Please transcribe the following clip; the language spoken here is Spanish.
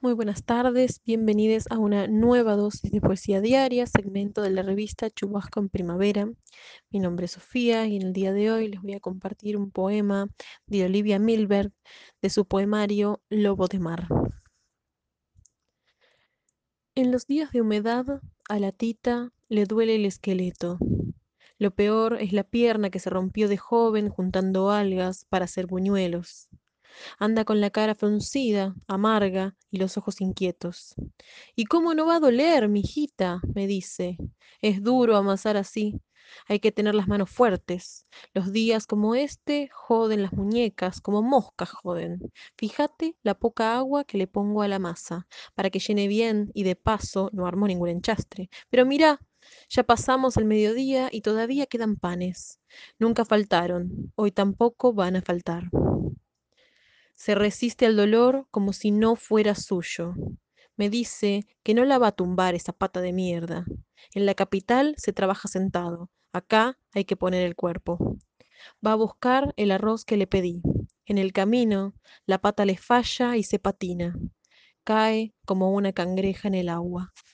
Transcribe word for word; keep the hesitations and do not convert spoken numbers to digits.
Muy buenas tardes, bienvenidos a una nueva dosis de poesía diaria, segmento de la revista Chubasco en Primavera. Mi nombre es Sofía y en el día de hoy les voy a compartir un poema de Olivia Milberg de su poemario Lobo de Mar. En los días de humedad, a la tita le duele el esqueleto. Lo peor es la pierna que se rompió de joven juntando algas para hacer buñuelos. Anda con la cara fruncida, amarga y los ojos inquietos. ¿Y cómo no va a doler, mijita? Me dice. Es duro amasar así. Hay que tener las manos fuertes. Los días como este joden las muñecas, como moscas joden. Fíjate la poca agua que le pongo a la masa, para que llene bien y de paso no armo ningún enchastre. Pero mirá, ya pasamos el mediodía y todavía quedan panes. Nunca faltaron, hoy tampoco van a faltar. Se resiste al dolor como si no fuera suyo. Me dice que no la va a tumbar esa pata de mierda. En la capital se trabaja sentado. Acá hay que poner el cuerpo. Va a buscar el arroz que le pedí. En el camino, la pata le falla y se patina. Cae como una cangreja en el agua.